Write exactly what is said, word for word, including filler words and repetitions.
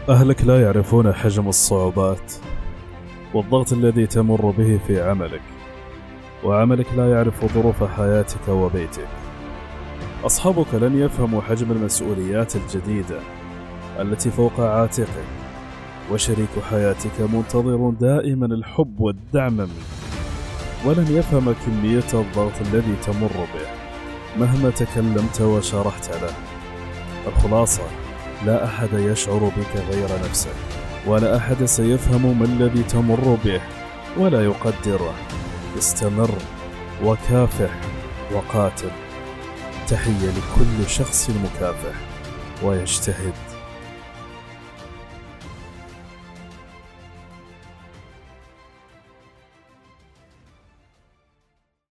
أهلك لا يعرفون حجم الصعوبات والضغط الذي تمر به في عملك، وعملك لا يعرف ظروف حياتك وبيتك. أصحابك لن يفهموا حجم المسؤوليات الجديدة التي فوق عاتقك، وشريك حياتك منتظر دائما الحب والدعم منك، ولن يفهم كمية الضغط الذي تمر به مهما تكلمت وشرحت له. الخلاصة: لا أحد يشعر بك غير نفسك، ولا أحد سيفهم ما الذي تمر به ولا يقدره. استمر وكافح وقاتل. تحية لكل شخص مكافح ويجتهد.